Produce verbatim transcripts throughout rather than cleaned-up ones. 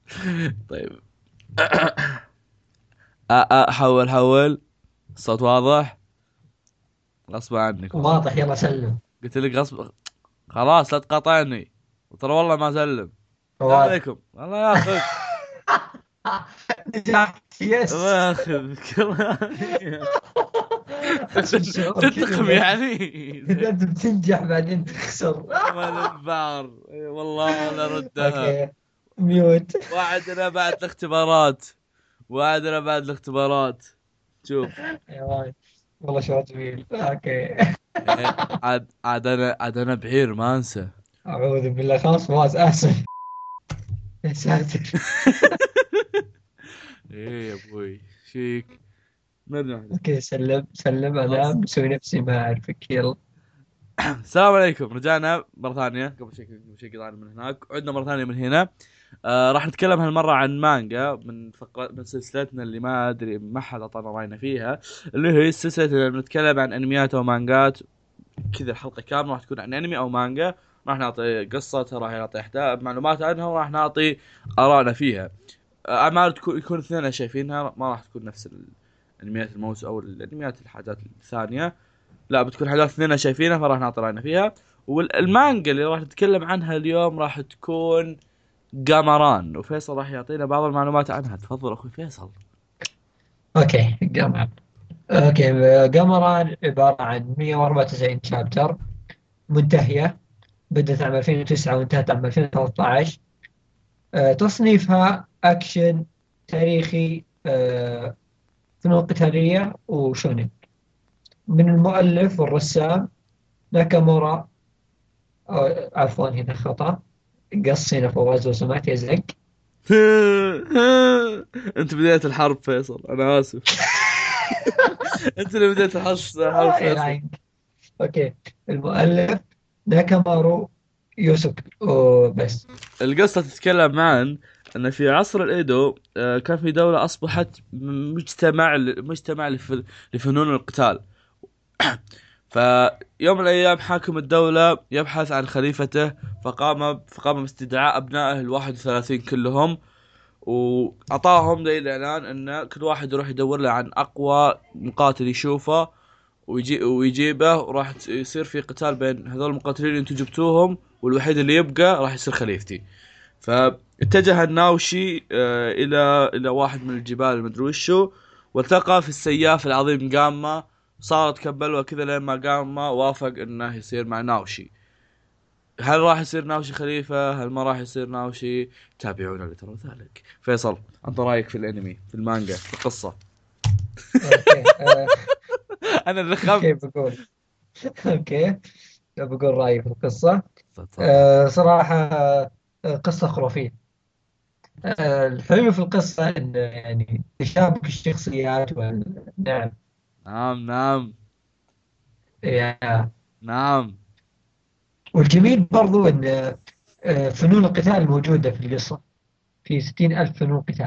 طيب. أ- أ- حول حول. الصوت واضح. غصب عنك والله. واضح، يلا سلم. قلت لك غصب. خلاص لا تقاطعني. ترى والله ما اسلم. السلام واضح. عليكم الله ياخذ. نجحت، الله يس. ياخذك الله ياخذك. ايش الشعور كذا تنتقم اذا انت يعني. اذا انت بتنجح بعدين تخسر. عمل البعر إي والله لا ردها. اوكي، ميوت. وعدنا بعد الاختبارات. وعدنا بعد الاختبارات. شوف. يا واي، والله شعور جميل. اوكي. إيه، عاد عاد انا عاد انا بعير ما انسى. اعوذ بالله، خلاص فواز اسف. يا ساتر. ايه يا ابوي. شيك. نرجع. اوكي، سلم سلم، انا خلاص. بسوي نفسي ما اعرفك، يلا. السلام عليكم رجعنا مرة ثانية قبل شيء قبل شيء قطعنا من هناك عدنا مرة ثانية من هنا. آه راح نتكلم هالمرة عن مانجا من فقرة من سلسلتنا اللي ما ادري ما حد اعطانا راينا فيها. اللي هي السلسلة اللي بنتكلم عن انميات ومانجات. كذا الحلقة كاملة راح تكون عن انمي او مانجا. راح نعطي قصتها راح نعطي احداث معلومات عنها وراح نعطي ارائنا فيها. آه ما تكون يكون اثنين شايفينها ما راح تكون نفس الانميات الموس او الانميات الحاجات الثانية. لا بتكون حاجات اثنين شايفينها فراح نعطي راينا فيها. والمانجا اللي راح نتكلم عنها اليوم راح تكون قمران وفيصل راح يعطينا بعض المعلومات عنها. تفضل اخوي فيصل. اوكي، قمر. اوكي، قمر عبارة عن مية وأربعة وتسعين شابتر، منتهية. بدأت عام ألفين وتسعة وانتهت عام ألفين وثلاثة عشر. آه، تصنيفها أكشن، تاريخي، آه، فنون قتالية وشونين. من المؤلف والرسام ناكامورا. أو عفوا، هنا خطأ. قص هنا فواز لو سمحت يا زق. انت بديت الحرب فيصل انا اسف. انت اللي بديت الحرب الحرب آه فيصل. يعني. أوكي، المؤلف ناكامارو يوسوكي، وبس. القصة تتكلم عن ان في عصر الايدو آه، كان في دولة اصبحت م- مجتمع مجتمع لف- لفنون القتال. فيوم من الأيام حاكم الدولة يبحث عن خليفته. فقام فقام باستدعاء أبنائه الواحد وثلاثين كلهم. وأعطاهم زي الإعلان أن كل واحد يروح يدور له عن أقوى مقاتل يشوفه. ويجي ويجيبه وراح ت- يصير في قتال بين هذول المقاتلين اللي انتم جبتوهم. والوحيد اللي يبقى راح يصير خليفتي. فاتجه الناوشي آه، إلى إلى واحد من الجبال المدري وشو. والتقى في السياف العظيم جاما. صارت كبلوه كذا لين ما جاما وافق انه يصير مع ناوشي. هل راح يصير ناوشي خليفة؟ هل ما راح يصير ناوشي؟ تابعونا لترى ذلك. فيصل انت رايك في الانمي في المانجا في القصة؟ أوكي. آه، انا اللي كيف خمت. بقول؟ أوكي، بقول رأيي في القصة. تفضل. آه، صراحة، آه، قصة خرافية. آه، الحلو في القصة إنه يعني تشابك الشخصيات والنعم. نعم نعم. يعني نعم. والجميل برضو إن آه، فنون القتال موجودة في القصة، في ستين ألف فنون قتال.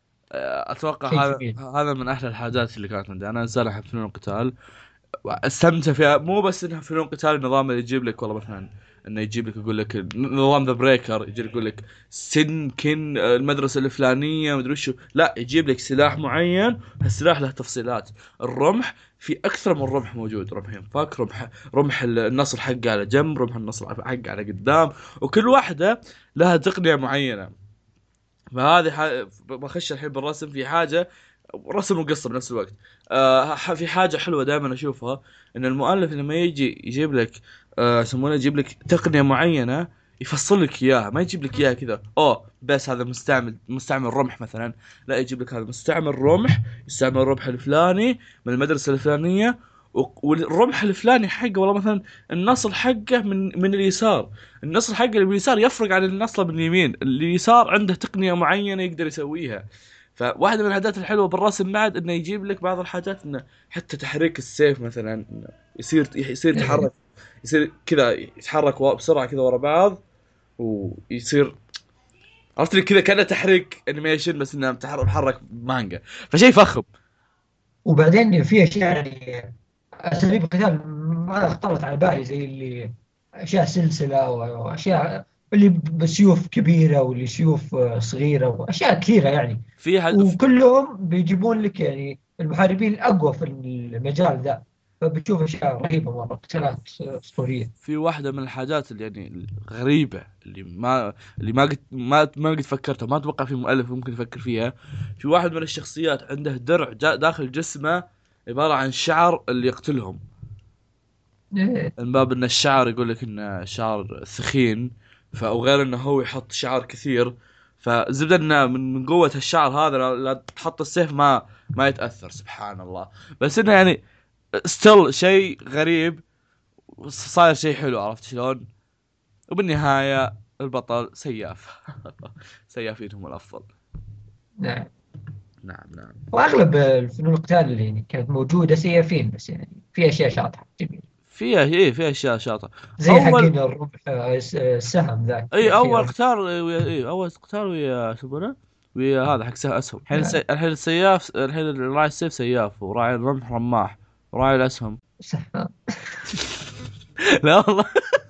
شيء اتوقع هذا جميل. هذا من احلى الحاجات اللي كانت عندي. انا انسان احب فنون القتال. استمتع فيها مو بس انها فنون قتال النظام اللي يجيب لك والله مثلا. انه يجيب لك يقول لك نظام ذا بريكر يجي يقول لك سنكن المدرسه الفلانيه مدري وشو. لا يجيب لك سلاح معين. هالسلاح له تفصيلات. الرمح في اكثر من رمح موجود. رمح ينفك رمح رمح النصر حقه على جنب رمح النصر حقه على قدام. وكل واحده لها تقنيه معينه. فهذه ح... بخش الحين بالرسم في حاجه. رسم وقصه بنفس الوقت. آه ح- في حاجه حلوه دائما اشوفها. ان المؤلف لما يجي يجيب لك آه يسمونه يجيب لك تقنيه معينه. يفصل لك اياها ما يجيب لك اياها كذا اوه بس هذا مستعمل مستعمل رمح مثلا. لا يجيب لك هذا مستعمل رمح. يستعمل الرمح الفلاني من المدرسه الفلانيه. و- والرمح الفلاني حقه والله مثلا النصل حقه من من اليسار. النصل حقه اللي باليسار يفرق عن النصل باليمين. اليسار عنده تقنيه معينه يقدر يسويها. فواحدة من العادات الحلوة بالرسم بعد انه يجيب لك بعض الحاجات انه حتى تحريك السيف مثلا إنه يصير يصير إيه. يتحرك. يصير كذا يتحرك وا- بسرعة كذا ورا بعض. ويصير عرفت لي كذا كأنه تحريك انيميشن بس انه متحرك محرك مانجا. فشيء فخم. وبعدين في أشياء يعني أساليب القتال ما خطرت على بالي، زي اللي أشياء سلسلة وأشياء اللي بسيوف كبيرة واللي سيوف آه، صغيرة وأشياء كثيرة يعني. في حد وكلهم بيجيبون لك يعني المحاربين الأقوى في المجال ذا، فبتشوف أشياء رهيبة مرة، قتالات أسطورية. في واحدة من الحاجات اللي يعني الغريبة اللي ما اللي ما قد ما ما قد فكرتها، ما اتوقع في مؤلف ممكن يفكر فيها. في واحد من الشخصيات عنده درع جا داخل جسمه عبارة عن شعر اللي يقتلهم، إيه. من باب ان الشعر يقول لك انه شعر ثخين، ف او غير انه هو يحط شعر كثير، فزبده انه من من قوة الشعر هذا لا لا تحط السيف ما ما يتأثر، سبحان الله. بس انه يعني ستيل شيء غريب، صاير شيء حلو، عرفت شلون؟ وبالنهاية البطل سياف. سيافين هم الأفضل. نعم. نعم نعم. وأغلب الفنون القتال اللي يعني كانت موجودة سيافين، بس يعني في أشياء شاطحة جميل، فيها هي فيها أشياء شاطرة. زي أول حقين الرمح آه، الس- السهم ذاك أي في أول رمح. قتال ويا إيه أول قتال ويا شو يسمونه، ويا هذا حق سه- أسهم. الحين آه، سي... الحين السياف، الحين راعي السيف سياف، وراعي الرمح رماح، وراعي الأسهم. سهم. لا والله.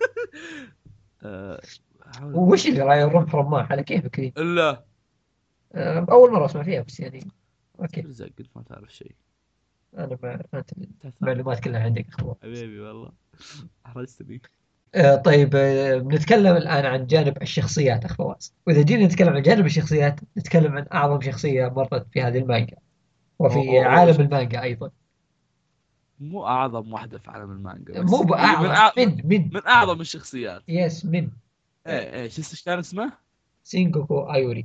أه... أحاول وش اللي راي الرمح رماح على كيفك ذي؟ إلا آه، أول مرة أسمع فيها بس يعني. أوكي. ترزق قلت ما تعرف شيء. أنا ما أنت تفهم المعلومات كلها عندك أخوة. حبيبي والله، أحرجتني. آه، طيب، آه، بنتكلم الآن عن جانب الشخصيات أخ فواز، وإذا جينا نتكلم عن جانب الشخصيات نتكلم عن أعظم شخصية مرت في هذه المانجا أو وفي أو أو عالم المانجا أيضا. مو اعظم واحدة في عالم المانجا، مو بس هي من بأعظم، أع... من من من من اعظم الشخصيات. يس من آه، ايه ايه شو اس- كان اسمه؟ سينجوكو آيوري.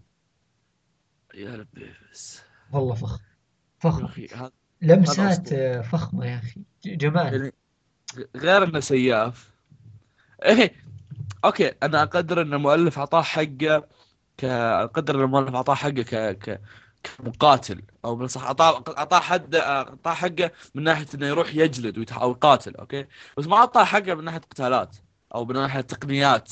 يا ربي بس. والله فخم، يا فخم، اخي هذا هذا لمسات اسطوري. آه، فخمة يا أخي، ج- جمال. يعني غير انه سياف. ايه اوكي، انا اقدر ان المؤلف اعطاه حقه، ك اقدر ان المؤلف اعطاه حقه ك ك كمقاتل، او بالصح اعطاه اعطاه حد اعطاه حقه من ناحيه انه يروح يجلد ويتح- او يقاتل، اوكي. بس ما اعطاه حقه من ناحيه قتالات او من ناحيه تقنيات.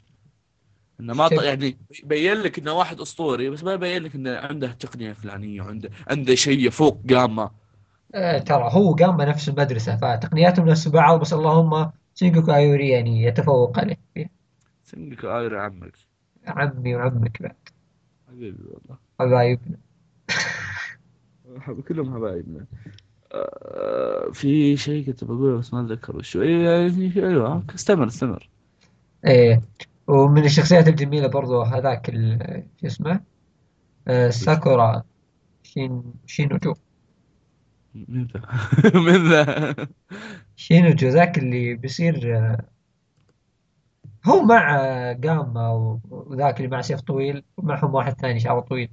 انه ما ط... شوف، يعني يبين لك انه واحد اسطوري، بس ما يبين لك انه عنده تقنيه فلانيه وعنده عنده شيء فوق قامه. آه، ترى هو قام بنفس المدرسة فتقنياتهم نفس بعض، بس اللهم سينجوكو آيوري يعني يتفوق عليه فيها. سنك آير عمك. عمي وعمك بعد، حبيبي والله. حبايبنا. حب... كلهم حبايبنا. آه... في شيء كنت بقوله بس ما اتذكر وشو. اي يعني ايوه استمر استمر. ايه. ومن الشخصيات الجميلة برضو هذاك ال- شو اسمه، آه، وش ساكورا شين شينوجو. من ذا؟ من ذا؟ شينوجو ذاك اللي بيصير آه، هو مع آه، جاما و- وذاك اللي مع سيف طويل، ومعهم واحد ثاني شعره طويل.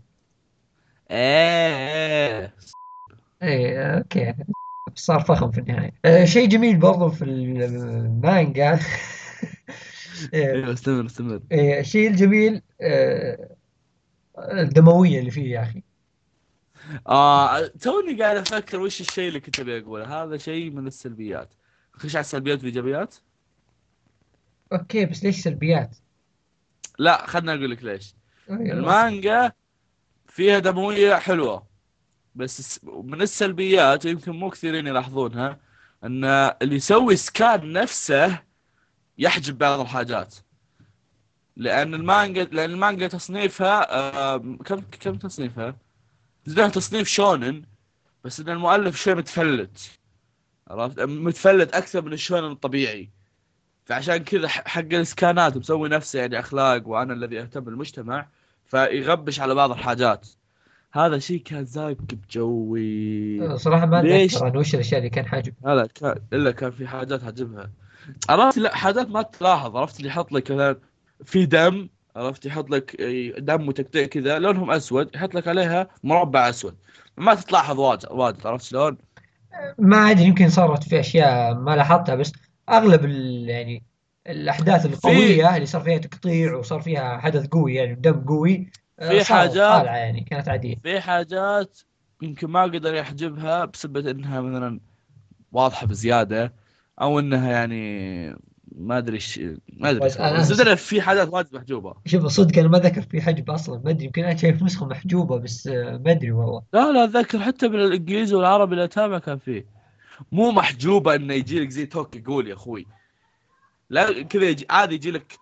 ايه ايه. آه، اوكي. صار فخم في النهاية. آه، شيء جميل برضو في المانجا. آه، ايوه استمر استمر. آه، الشيء الجميل آه، الدموية اللي فيه يا أخي. آه توني قاعد افكر وش الشيء اللي كنت ابي اقوله، هذا شيء من السلبيات. خش على السلبيات والايجابيات. اوكي، بس ليش سلبيات؟ لا خلنا اقول لك ليش. أيوة. المانجا فيها دموية حلوة، بس الس- من السلبيات يمكن مو كثيرين يلاحظونها، ان اللي يسوي سكان نفسه يحجب بعض الحاجات. لان المانجا لان المانجا تصنيفها آه كم كم تصنيفها؟ لها تصنيف شونن، بس ان المؤلف شوي متفلت، عرفت، متفلت اكثر من الشونن الطبيعي. فعشان كذا ح- حق الاسكانات مسوي نفسه يعني اخلاق وانا الذي اهتم بالمجتمع، فيغبش على بعض الحاجات. هذا شيء كان زايد بجوي. آه، صراحة ما ليش؟ أتذكر أنا وش الأشياء اللي كان حاجب. هذا كان الا كان في حاجات عجبها، عرفت، لا حاجات ما تلاحظ، عرفت، اللي يحط لك مثلا في دم، عرفت، يحط لك إيه، دم وتقطيع كذا لونهم اسود، يحط لك عليها مربع اسود، ما تتلاحظ واجد واجد، عرفت شلون؟ ما أدري، يمكن صارت في أشياء ما لاحظتها، بس أغلب ال يعني الأحداث في القوية اللي صار فيها تقطيع وصار فيها حدث قوي يعني دم قوي، آه، في صارت حاجات طالعة يعني كانت عادية. في حاجات يمكن ما قدر يحجبها بسبب انها مثلا واضحة بزيادة، او انها يعني ما ادري ايش، ما ادري بس شلون، أنا بس ص- إنه في حاجات واجد محجوبة. شوف صدق أنا ما ذكر في حجب أصلا، ما أدري، يمكن أنا شايف نسخة محجوبة بس آه، ما أدري والله. لا لا اتذكر حتى بالانجليزي والعربي الاتابع كان فيه، مو محجوبة انه يجي لك زي توك يقول يا اخوي، لا كذا يجي عادي، يجي لك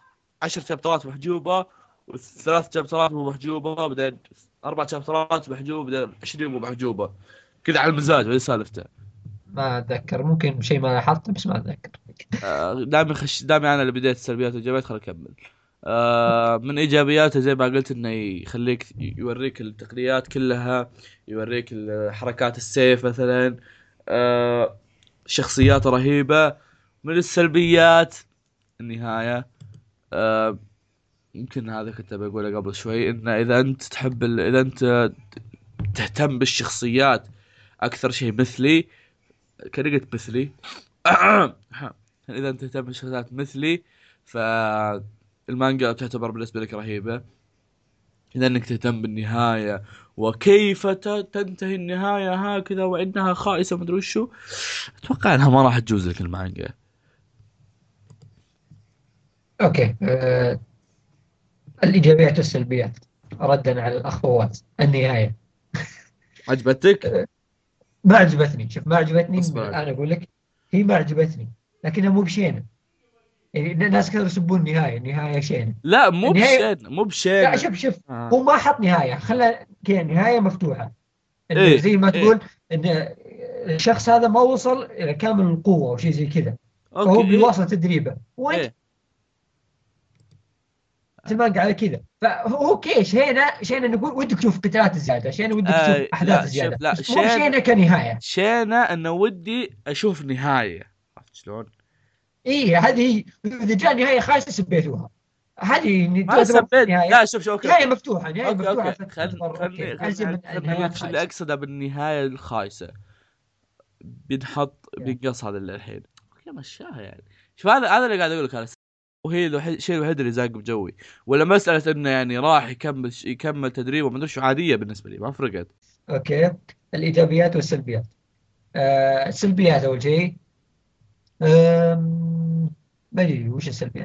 عشر شابترات محجوبه، وثلاث شابترات مو محجوبه، بعدين اربع شابترات محجوبه، بعدين عشرين مو محجوبه، كذا على المزاج. ولا سالفته. ما اتذكر، ممكن شيء ما لاحظته بس ما اتذكر. آه، دامي خش دامي انا اللي بديت السلبيات والايجابيات، خليني اكمل. آه، من ايجابياته زي ما قلت انه يخليك يوريك التقنيات كلها، يوريك ال- حركات السيف مثلا. آه، شخصيات رهيبة. من السلبيات النهاية. آه، يمكن هذا كنت بقوله قبل شوي، ان اذا انت تحب ال... اذا انت تهتم بالشخصيات اكثر شيء مثلي، كرقة مثلي. اذا انت تهتم بالشخصيات مثلي، فالمانجا تعتبر بالنسبة لك رهيبة. اذا انك تهتم بالنهاية وكيف ت- تنتهي النهاية هكذا وانها خائسة مدري وشو، اتوقع انها ما راح تجوز لك المانجا. اوكي. آه الايجابيات والسلبيات، ردا على الاخ فواز. النهايه عجبتك؟ آه ما عجبتني. شوف، ما عجبتني من اصبر الان علي. اقول لك. هي ما عجبتني، لكنها مو بشينه. يعني الناس كانوا يسبون النهايه، النهايه شينه. لا مو النهايه، بشين مو لا بشين. شوف شوف، آه. هو ما حط نهايه، خلى كذا نهايه مفتوحه. انه ايه زي ما ايه. تقول ان الشخص هذا ما وصل الى كامل القوه او شيء زي كذا، اوكي فهو ايه بيواصل تدريبه، وانت ايه. المانجا على كذا. فهو اوكي، شينا شينا نقول ودك تشوف قتالات زياده، شينا ودك تشوف آه احداث لا شوف، زياده، لا بس مو شين. بشينا كنهايه. شينة انه ودي اشوف نهاية. عرفت شلون؟ اي هذه اذا جاء نهايه خايسه سبيتوها، هذه ما تعتبر سبيت، نهايه. لا شوف شوف اوكي نهايه اوكي مفتوحه، نهايه اوكي مفتوحه اوكي خل تعتبر خلني اوكي ازين خلني من خلني اقول النهايات لك شو اللي خايسه. اقصده بالنهاية الخايسة. بينحط بينقص هذا اللي الحين. اوكي مشاها يعني. شوف هذا هذا اللي قاعد اقول لك. هذا وهي الوحيد الشيء الوحيد اللي زاق بجوي. ولا مسألة انه يعني راح يكمل يكمل تدريبه ما ادري شو، عادية بالنسبة لي ما فرقت. اوكي. الايجابيات والسلبيات. آه السلبيات اول شيء. آم، ما ادري وش السلبيات.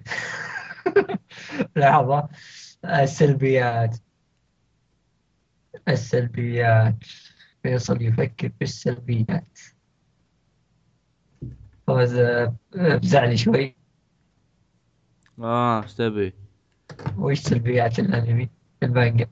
لحظه. السلبيات السلبيات فيصل يفكر في السلبيات. فوز آه، بزعلي شوي. اه ايش تبي؟ وش سلبيات الانمي، المانجا؟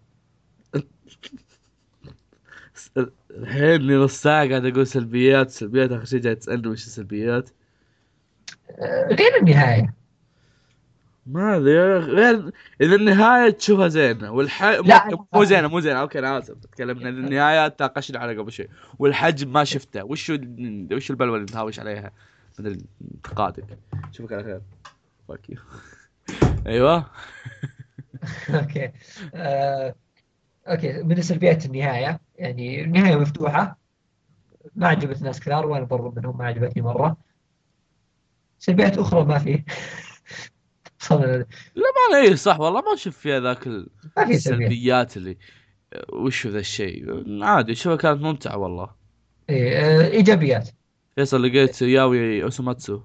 الحين لي نص ساعة قاعد اقول سلبيات سلبيات، اخر شيء جاي تسألني وش السلبيات. آه، غير النهايه. ما ادري غير. اذا النهاية تشوفها زينة والح مو لا مو زينة مو زينة اوكي انا اسف تكلمنا النهاية تناقشنا على قبل شيء. والحجم ما شفته، وش ال- وش البلوة اللي متهاوش عليها من انتقادك. اشوفك على خير. فاك يو. ايوه. اوكي. آه، اوكي، من سلبيات النهايه، يعني النهايه مفتوحه، ما عجبت ناس كثار وانا برضو منهم، ما عجبتني مره. سلبيات اخرى ما في. صار- لا ما عليه صح والله، ما اشوف فيها ذاك ال- ما في سلبيات. السلبيات اللي وش ذا الشيء عادي. شوفها كانت ممتعة والله. إيه، آه، ايجابيات. فيصل لقيت ياوي اوسوماتسو.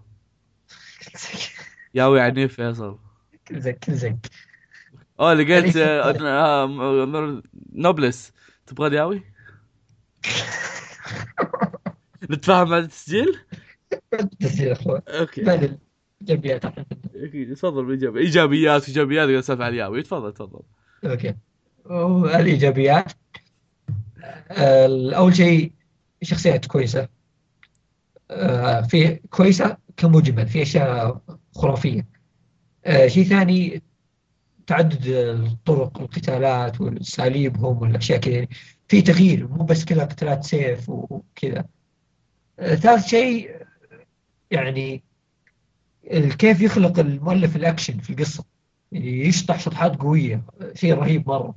ياوي عنيف فيصل. كل زق كل زق. اه لقيت آه، الايجابيات. آه، نوبلس. تبغى ياوي نتفاهم على التسجيل. تسجيل يا اخوان. اوكي. بعد الايجابيات. اكيد تفضل بايجابي ايجابيات ايجابيات قاعد اسولف على الياوي. تفضل تفضل. اوكي. الايجابيات. آه، اول شيء شخصيات كويسه. آه، في كويسه كمجمل، في اشياء خرافيه. آه، شيء ثاني، تعدد الطرق، القتالات والاساليبهم والاشياء كذا، يعني في تغيير، مو بس كذا قتالات سيف وكذا. آه، ثالث شيء، يعني ال- كيف يخلق المؤلف الاكشن في القصه، يعني يشطح شطحات قويه، شيء رهيب مره.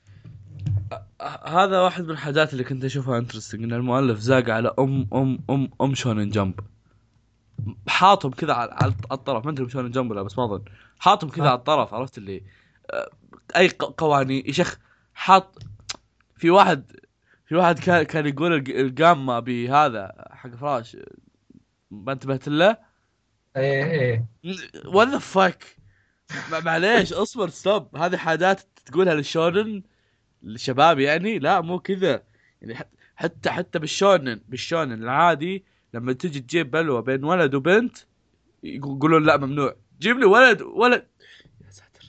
هذا واحد من الحاجات اللي كنت اشوفها انترستنج، ان المؤلف زاق على ام ام ام ام شونن جمب. حاطهم كذا على على الطرف، ما ادري شلون جنب ولا بس ما اظن. حاطهم كذا ها. على الطرف، عرفت اللي آه، اي ق- قوانين يا شيخ. حاط في واحد في واحد كان كان يقول الج- القامة بهذا حق فراش. ما انتبهت له. ايه ايه. وات ذا فاك. معليش اصبر ستوب. هذه حاجات تقولها للشونن الشباب يعني، لا مو كذا. يعني حت- حتى حتى بالشونن بالشونن العادي لما تجي تجيب بلوة بين ولد وبنت يقولون لا ممنوع. جيب لي ولد ولد. يا ساتر.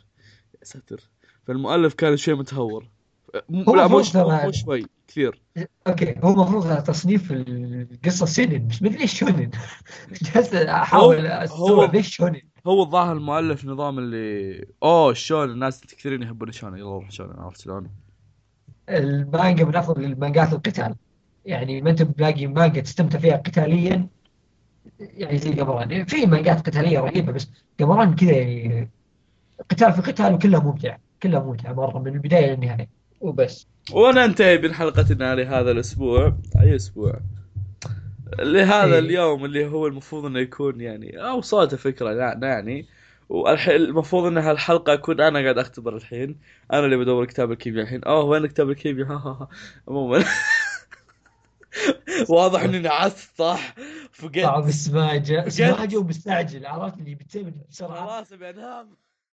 ساتر. فالمؤلف كان شوي متهور. م- هو لا المفروض مش مو مو ترى، شوي كثير. اوكي هو المفروض تصنيف القصه سنن، مش مدري ليش شونن. جالس هو احاول استوعب هو ليش شونن. هو الظاهر المؤلف نظام اللي اوه شلون الناس كثيرين يحبون شلون يلا شلون عرفت شلون. المانجا من افضل المانجات القتال، يعني ما انت بلاقي مانجا تستمتع فيها قتاليا يعني زي قمران. في مانجات قتاليه رهيبه، بس قمران كذا يعني قتال في قتال وكلها ممتع، كلها ممتع مره من البدايه للنهايه وبس. وننتهي من حلقتنا لهذا الاسبوع. اي اسبوع لهذا ايه اليوم اللي هو المفروض انه يكون يعني او صوت فكره يعني. والحين المفروض ان هالحلقه اكون انا قاعد اختبر الحين. انا اللي بدور كتاب الكيمياء الحين. اوه وين كتاب الكيمياء؟ ها ها ها. عموما واضح اني نعست صح. صعب فقدت السماجه، فقدت سماجه ومستعجل، عرفت اللي بتسوي بسرعه. خلاص ابي انام.